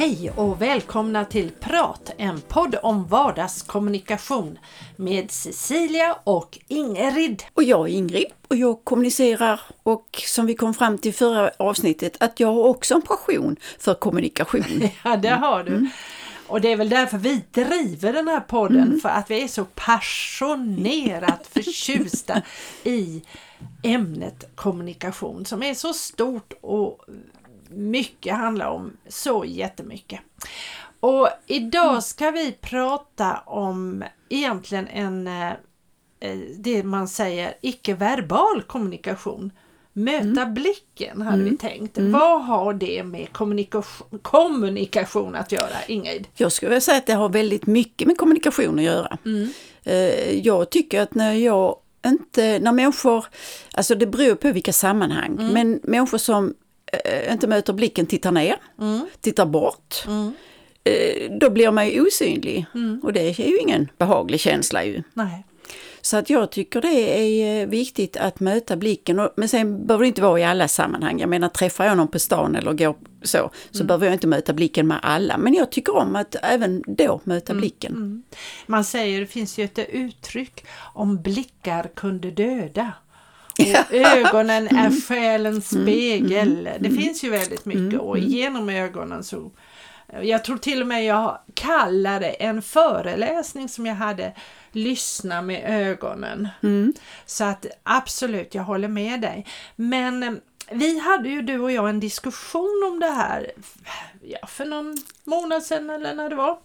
Hej och välkomna till Prat, en podd om vardagskommunikation med Cecilia och Ingrid. Och jag är Ingrid och jag kommunicerar och som vi kom fram till förra avsnittet att jag har också en passion för kommunikation. Ja, det har du. Och det är väl därför vi driver den här podden, för att vi är så passionerat förtjusta i ämnet kommunikation som är så stort och mycket handlar om så jättemycket. Och idag ska vi prata om egentligen det man säger icke-verbal kommunikation. Möta blicken hade vi tänkt. Vad har det med kommunikation att göra, Ingrid? Jag skulle vilja säga att det har väldigt mycket med kommunikation att göra. Jag tycker att när människor, alltså det beror på vilka sammanhang, men människor som inte möter blicken tittar ner, tittar bort, då blir man ju osynlig. Och det är ju ingen behaglig känsla ju. Nej. Så att jag tycker det är viktigt att möta blicken. Men sen behöver det inte vara i alla sammanhang. Jag menar, träffar jag någon på stan eller går så behöver jag inte möta blicken med alla. Men jag tycker om att även då möta blicken. Man säger, det finns ju ett uttryck, om blickar kunde döda. Och ögonen är själens spegel. Det finns ju väldigt mycket och genom ögonen så... Jag tror till och med jag kallade en föreläsning som jag hade lyssna med ögonen. Så att absolut, jag håller med dig. Men vi hade ju, du och jag, en diskussion om det här för någon månad sedan eller när det var.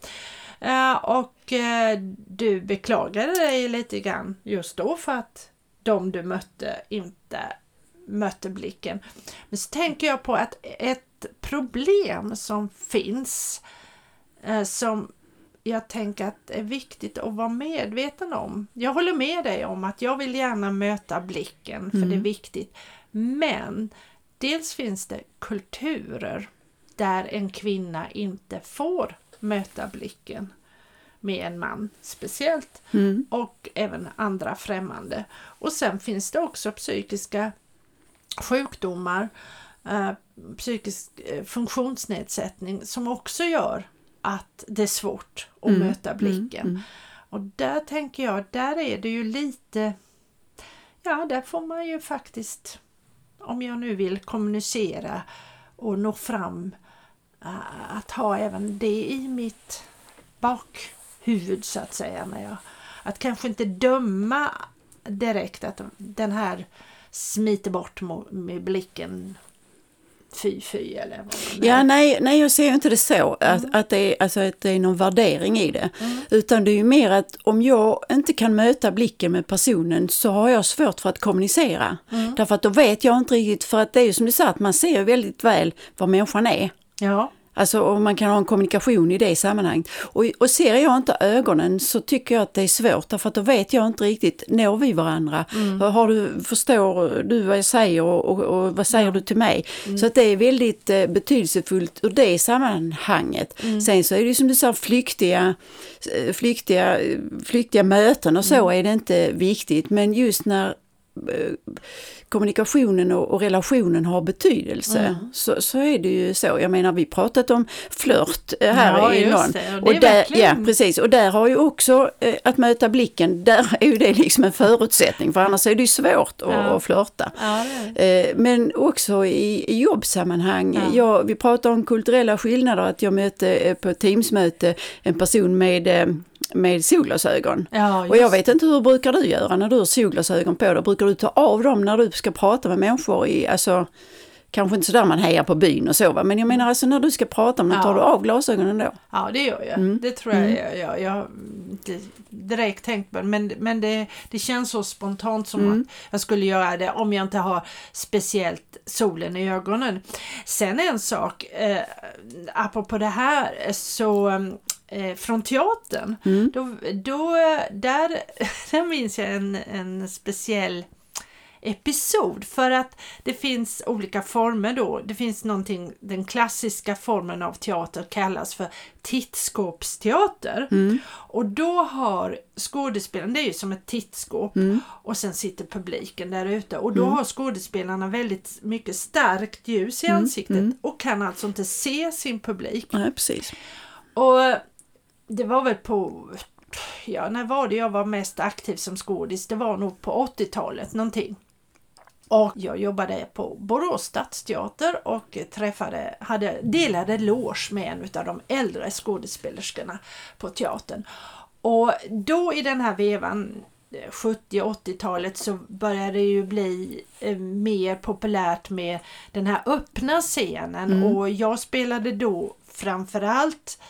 Och du beklagade dig lite grann just då för att de du mötte inte mötte blicken. Men så tänker jag på att ett problem som finns som jag tänker att är viktigt att vara medveten om. Jag håller med dig om att jag vill gärna möta blicken för det är viktigt. Men dels finns det kulturer där en kvinna inte får möta blicken med en man speciellt och även andra främmande. Och sen finns det också psykiska sjukdomar, psykisk funktionsnedsättning som också gör att det är svårt att möta blicken. Och där tänker jag, där är det ju lite, där får man ju faktiskt, om jag nu vill kommunicera och nå fram, att ha även det i mitt bakhuvud så att säga, att kanske inte döma direkt att den här smiter bort med blicken fy eller vad det är. Ja, nej, jag ser inte det så att det är någon värdering i det. Utan det är ju mer att om jag inte kan möta blicken med personen så har jag svårt för att kommunicera. Därför att då vet jag inte riktigt, för att det är ju som du sa att man ser väldigt väl vad människan är. Ja. Alltså om man kan ha en kommunikation i det sammanhanget. Och ser jag inte ögonen så tycker jag att det är svårt. Därför att då vet jag inte riktigt, når vi varandra? Förstår du vad jag säger och vad säger du till mig? Så att det är väldigt betydelsefullt ur det sammanhanget. Sen så är det ju som du sa flyktiga möten och så är det inte viktigt. Men just när kommunikationen och relationen har betydelse så är det ju så. Jag menar, vi pratat om flört här i någon. Och där, precis. Och där har ju också att möta blicken, där är ju det liksom en förutsättning, för annars är det ju svårt att flörta. Men också i jobbsammanhang. Vi pratar om kulturella skillnader, att jag mötte på Teamsmöte en person med solglasögon. Och jag vet inte, hur brukar du göra när du har solglasögon på? Då brukar du ta av dem när du ska prata med människor kanske inte så där man hejar på byn och så, men jag menar alltså när du ska prata med tar du av glasögonen då? Ja, det gör jag. Det tror jag har inte direkt tänkt på, men det känns så spontant som att jag skulle göra det om jag inte har speciellt solen i ögonen. Sen en sak, apropå det här, så från teatern, där minns jag en speciell episod, för att det finns olika former då. Det finns någonting, den klassiska formen av teater kallas för tittskåpsteater. Och då har skådespelaren, det är ju som ett tittskåp, och sen sitter publiken där ute, och då har skådespelarna väldigt mycket starkt ljus i ansiktet och kan alltså inte se sin publik. Nej, precis. Och det var väl på, när var det jag var mest aktiv som skådis? Det var nog på 80-talet någonting. Och jag jobbade på Borås stadsteater och delade loge med en av de äldre skådespelerskorna på teatern. Och då i den här vevan, 70-80-talet, så började det ju bli mer populärt med den här öppna scenen. Och jag spelade då framförallt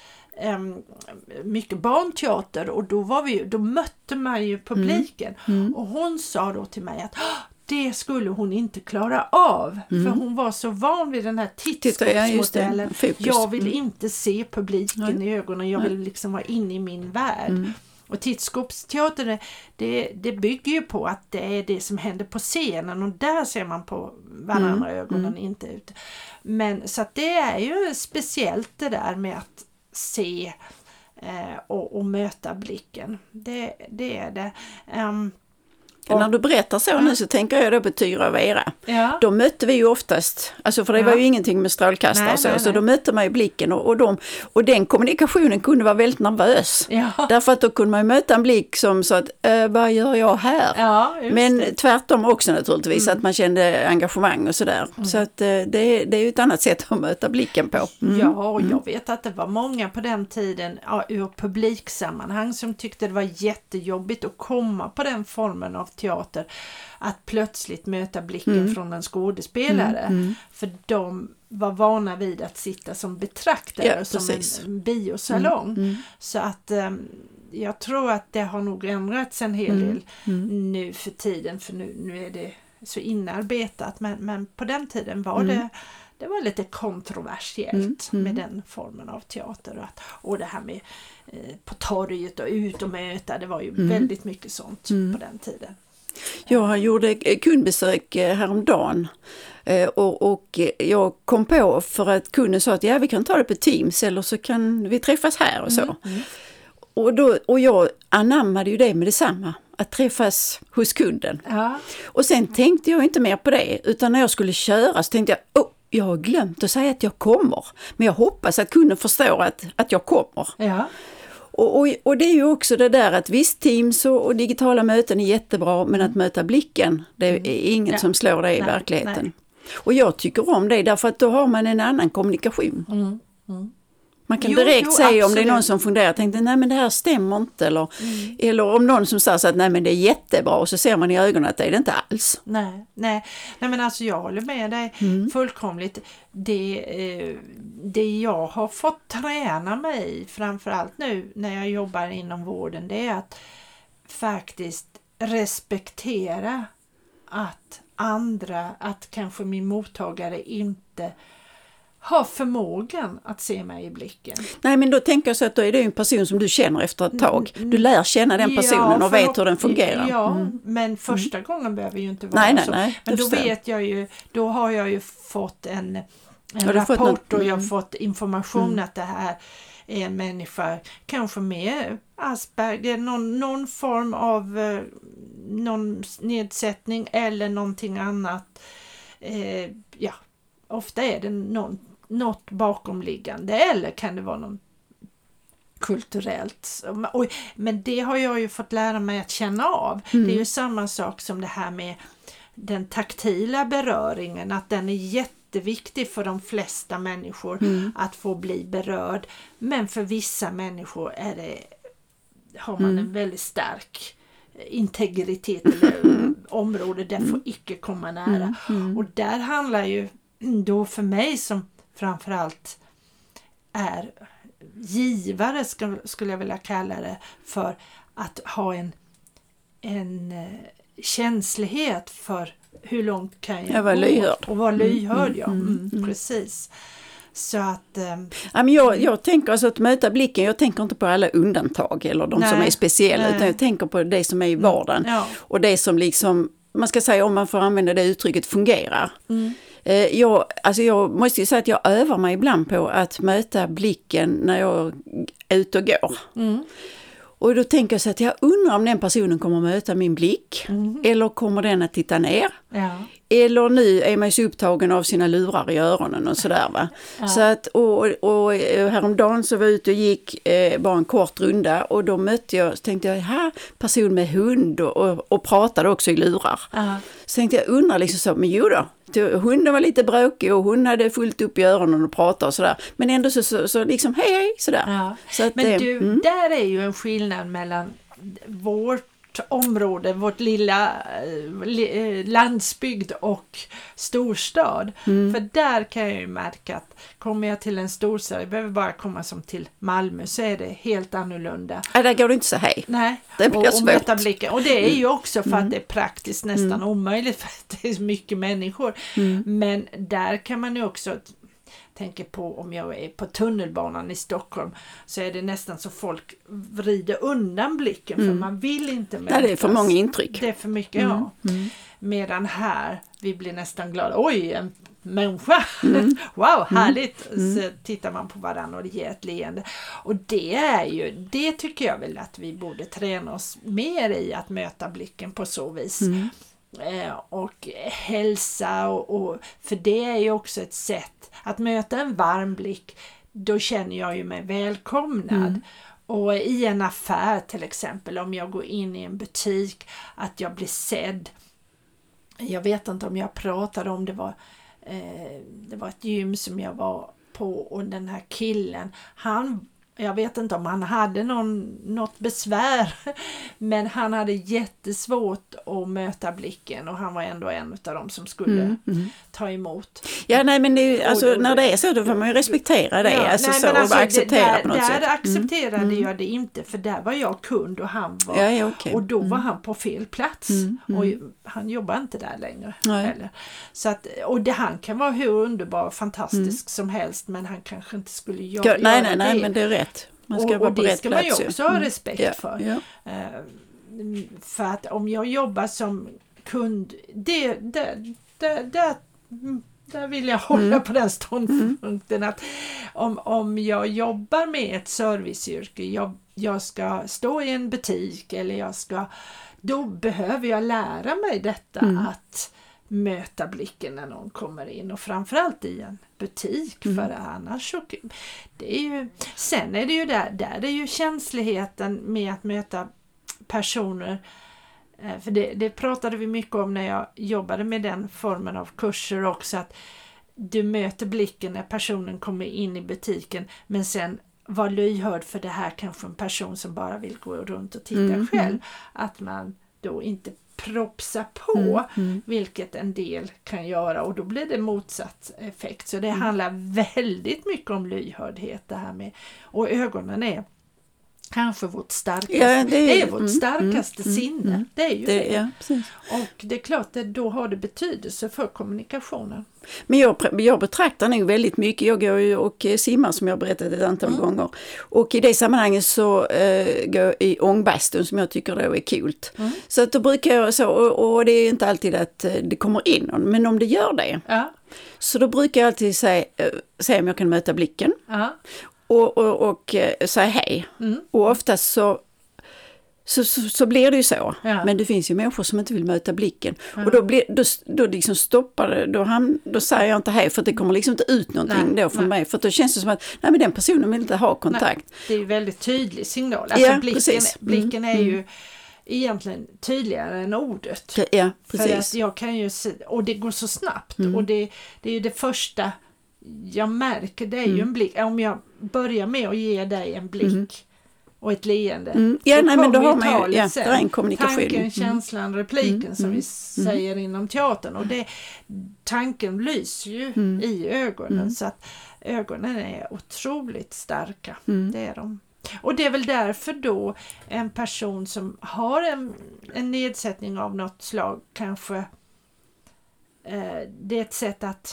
mycket barnteater, och då mötte man ju publiken. Och hon sa då till mig att det skulle hon inte klara av, för hon var så van vid den här tittskåpsmodellen. Jag vill inte se publiken i ögonen, jag vill liksom vara inne i min värld. Och tittskåpsteater, det bygger ju på att det är det som händer på scenen, och där ser man på varandra ögonen, inte ut. Men så att det är ju speciellt det där med att se och möta blicken. Det är det. När du berättar så nu så tänker jag då på Tyra och Vera. Ja. Då mötte vi ju oftast, alltså för det var ju ingenting med strålkastare så då mötte man ju blicken och den kommunikationen kunde vara väldigt nervös. Ja. Därför att då kunde man ju möta en blick som sa att vad gör jag här? Ja, men tvärtom också naturligtvis, att man kände engagemang och sådär. Så att det är ju ett annat sätt att möta blicken på. Ja, och jag vet att det var många på den tiden ur publiksammanhang som tyckte det var jättejobbigt att komma på den formen av teater, att plötsligt möta blicken från en skådespelare, för de var vana vid att sitta som betraktare, som en biosalong. Så att jag tror att det har nog ändrats en hel del nu för tiden, för nu är det så inarbetat, men på den tiden var det var lite kontroversiellt med den formen av teater, och det här med på torget och ut och möta, det var ju väldigt mycket sånt på den tiden. Jag gjorde kundbesök häromdagen och jag kom på, för att kunden sa att vi kan ta det på Teams eller så kan vi träffas här och så. Och jag anammade ju det med detsamma, att träffas hos kunden. Ja. Och sen tänkte jag inte mer på det, utan när jag skulle köra så tänkte jag har glömt att säga att jag kommer. Men jag hoppas att kunden förstår att jag kommer. Ja. Och det är ju också det där att visst, Teams och digitala möten är jättebra, men att möta blicken, det är inget som slår det i verkligheten. Nej. Och jag tycker om det, därför att då har man en annan kommunikation. Man kan direkt säga om det är någon som funderar, tänkte nej men det här stämmer inte, eller om någon som säger så att nej men det är jättebra, och så ser man i ögonen att det är det inte alls. Nej men alltså jag håller med dig fullkomligt. Det jag har fått träna mig framförallt nu när jag jobbar inom vården, det är att faktiskt respektera att kanske min mottagare inte har förmågan att se mig i blicken. Nej, men då tänker jag så att då är det en person som du känner efter ett tag. Du lär känna den personen och vet hur den fungerar. Ja, men första gången behöver ju inte vara så. Nej, men då vet jag ju, då har jag ju fått en rapport och jag har fått information att det här är en människa kanske med Asperger, någon form av någon nedsättning eller någonting annat. Ofta är det något bakomliggande, eller kan det vara någon kulturellt. Men det har jag ju fått lära mig att känna av. Det är ju samma sak som det här med den taktila beröringen, att den är jätteviktig för de flesta människor att få bli berörd. Men för vissa människor har man en väldigt stark integritet eller område där får icke komma nära. Och där handlar ju då för mig som framförallt är givare, skulle jag vilja kalla det, för att ha en känslighet för hur långt kan jag vara lyhörd. Och vara lyhörd, precis. Så att, jag tänker alltså att möta blicken, jag tänker inte på alla undantag eller de som är speciella, utan jag tänker på det som är i vardagen. Och det som liksom man ska säga, om man får använda det uttrycket, fungerar. Jag måste ju säga att jag övar mig ibland på att möta blicken när jag är ute och går. Och då tänker jag så att jag undrar om den personen kommer att möta min blick. Eller kommer den att titta ner. Ja. Eller nu är man så upptagen av sina lurar i öronen och sådär, va. Ja. Så att, och häromdagen så var jag ute och gick bara en kort runda. Och då mötte jag, så tänkte jag, person med hund och pratade också i lurar. Ja. Så tänkte jag, undrar liksom så, men jo då. Hunden var lite bråkig och hon hade fullt upp i öronen och pratade och sådär. Men ändå så liksom hej sådär. Ja. Så att, men du, där är ju en skillnad mellan vårt område, vårt lilla landsbygd och storstad. För där kan jag ju märka att kommer jag till en storstad, jag behöver bara komma som till Malmö, så är det helt annorlunda. Ja, där går det inte så hej. Nej, det blir svårt. Och det är ju också för att det är praktiskt nästan omöjligt för att det är så mycket människor. Men där kan man ju också tänker på, om jag är på tunnelbanan i Stockholm, så är det nästan så folk vrider undan blicken för man vill inte mötas. Nej, det är för många intryck. Det är för mycket, ja. Medan här, vi blir nästan glada. Oj, en människa! Wow, härligt! Så tittar man på varandra och det ger ett leende. Och det tycker jag väl att vi borde träna oss mer i, att möta blicken på så vis. Och hälsa och för det är ju också ett sätt att möta en varm blick. Då känner jag ju mig välkomnad. Och i en affär till exempel, om jag går in i en butik, att jag blir sedd. Jag vet inte om jag pratade om det var ett gym som jag var på, och den här killen, jag vet inte om han hade något besvär, men han hade jättesvårt att möta blicken, och han var ändå en av dem som skulle ta emot. Ja, nej, men det är ju, alltså, när det är så, då får man ju respektera det. Ja, alltså, nej, så, men alltså, och acceptera där, på något där sätt. accepterade jag det inte, för där var jag kund och han var, okay. Och då var han på fel plats. Och han jobbar inte där längre. Heller. Så att, och han kan vara hur underbar och fantastisk som helst, men han kanske inte skulle göra det. Nej, men det är rätt. Man ska vara på rätt plats. Och det ska man ju också ha respekt för. Ja. För att om jag jobbar som kund, där vill jag hålla på den ståndpunkten att om jag jobbar med ett serviceyrke, jag ska stå i en butik, eller då behöver jag lära mig detta att möta blicken när någon kommer in, och framförallt i en butik, för annars så, det är ju, sen är det ju där är ju känsligheten med att möta personer, för det pratade vi mycket om när jag jobbade med den formen av kurser också, att du möter blicken när personen kommer in i butiken, men sen var lyhörd för det här, kanske en person som bara vill gå runt och titta själv, att man då inte propsa på, vilket en del kan göra, och då blir det motsatt effekt. Så det handlar väldigt mycket om lyhördhet, det här med, och ögonen är kanske vårt starkaste, det är vårt starkaste sinne. Det är ju det. Ja, och det är klart att då har det betydelse för kommunikationen. Men jag betraktar nog väldigt mycket, jag går ju och simmar som jag berättat ett antal gånger, och i det sammanhanget så går jag i ångbastun, som jag tycker då är kul. Så att då brukar jag så, och det är inte alltid att det kommer in någon, men om det gör det, så då brukar jag alltid säga om jag kan möta blicken. Och säga hej. Och oftast så blir det ju så. Ja. Men det finns ju människor som inte vill möta blicken. Och då liksom stoppar det. Då säger jag inte hej, för det kommer liksom inte ut någonting då från mig. För då känns det som att men den personen vill inte ha kontakt. Nej, det är ju väldigt tydlig signal. Alltså blicken är ju egentligen tydligare än ordet. Ja, precis. För att jag kan ju se, och det går så snabbt. Och det är ju det första jag märker, det är ju en blick. Om jag börjar med att ge dig en blick och ett leende, men då har man ju det är en kommunikation. Tanken, känslan, repliken som vi säger inom teatern, och tanken lyser ju i ögonen, så att ögonen är otroligt starka. Det är de. Och det är väl därför då en person som har en nedsättning av något slag, kanske det är ett sätt att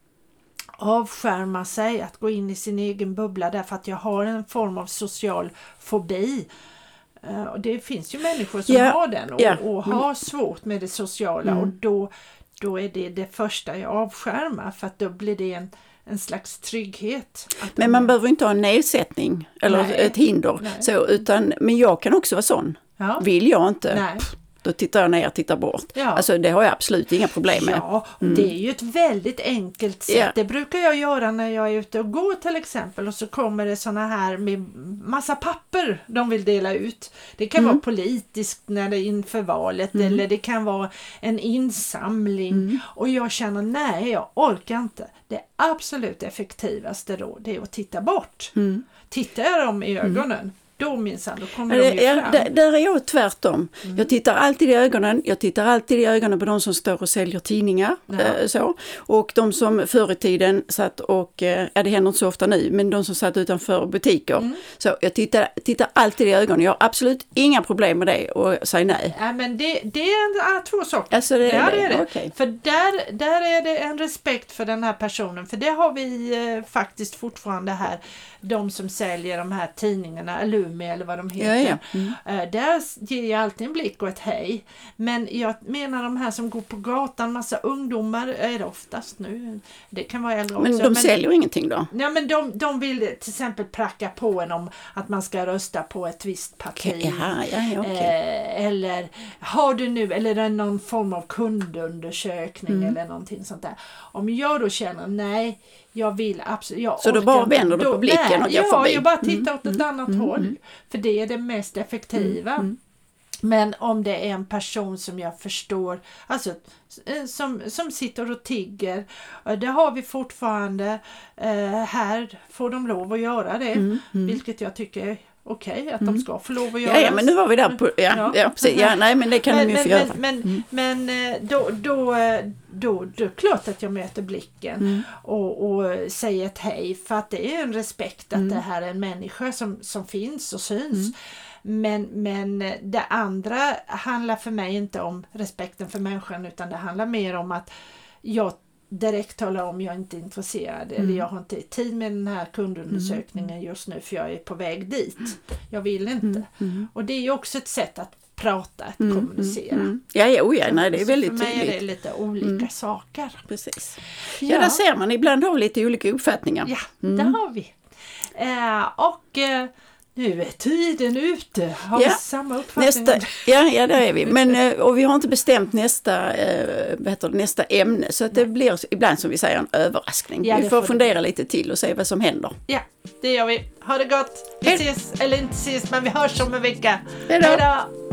avskärma sig, att gå in i sin egen bubbla, därför att jag har en form av social fobi. Och det finns ju människor som har den och har svårt med det sociala och då är det första jag avskärmar, för att då blir det en slags trygghet. Men man behöver inte ha en nedsättning eller ett hinder. Men jag kan också vara sån. Ja. Vill jag inte, då tittar jag ner, tittar bort. Ja. Alltså det har jag absolut inga problem med. Ja, det är ju ett väldigt enkelt sätt. Ja. Det brukar jag göra när jag är ute och går till exempel, och så kommer det såna här med massa papper de vill dela ut. Det kan vara politiskt när det är inför valet eller det kan vara en insamling och jag känner jag orkar inte. Det absolut effektivaste då, det är att titta bort. Tittar jag dem i ögonen, då minsann, då kommer de ju fram. Där är jag tvärtom. Jag tittar alltid i ögonen. Jag tittar alltid i ögonen på de som står och säljer tidningar. Så. Och de som förr i tiden satt och, det händer inte så ofta nu, men de som satt utanför butiker. Så jag tittar alltid i ögonen. Jag har absolut inga problem med det och säger nej. Ja, men det är två saker. Alltså det är det. Okay. För där är det en respekt för den här personen. För det har vi faktiskt fortfarande här. De som säljer de här tidningarna, Lumi eller vad de heter. Ja. Där ger jag alltid en blick och ett hej. Men jag menar de här som går på gatan, massa ungdomar är det oftast nu. Det kan vara äldre också. Men de säljer ingenting då? Ja, men de vill till exempel pracka på en om att man ska rösta på ett visst parti. Eller har du nu, eller är det någon form av kundundersökning eller någonting sånt där. Om jag då känner nej, jag vill absolut... Så då bara vänder du på blicken och går förbi? Jag bara tittar åt ett annat håll. För det är det mest effektiva. Men om det är en person som jag förstår, alltså som sitter och tigger, det har vi fortfarande här, får de lov att göra det, vilket jag tycker är okej, att de ska få lov att göra. Ja, men nu var vi där på, precis. Ja, nej, men det kan de ju få göra. Men då är det klart att jag möter blicken och säger ett hej, för att det är en respekt att det här är en människa som finns och syns. Men det andra handlar för mig inte om respekten för människan, utan det handlar mer om att jag direkt talar om jag är inte intresserad eller jag har inte tid med den här kundundersökningen just nu, för jag är på väg dit. Jag vill inte. Och det är ju också ett sätt att prata, att kommunicera. Ja, nej, det är väldigt tydligt. För mig är det lite olika saker. Precis. Ja, där ser man ibland har lite olika uppfattningar. Ja, det har vi. Nu är tiden ute. Har vi samma uppfattning? Ja, det är vi. Men, och vi har inte bestämt nästa ämne. Så att det blir ibland, som vi säger, en överraskning. Vi får fundera lite till och se vad som händer. Ja, det gör vi. Ha det gott. Vi ses, eller inte ses, men vi hörs om en vecka. Hej då.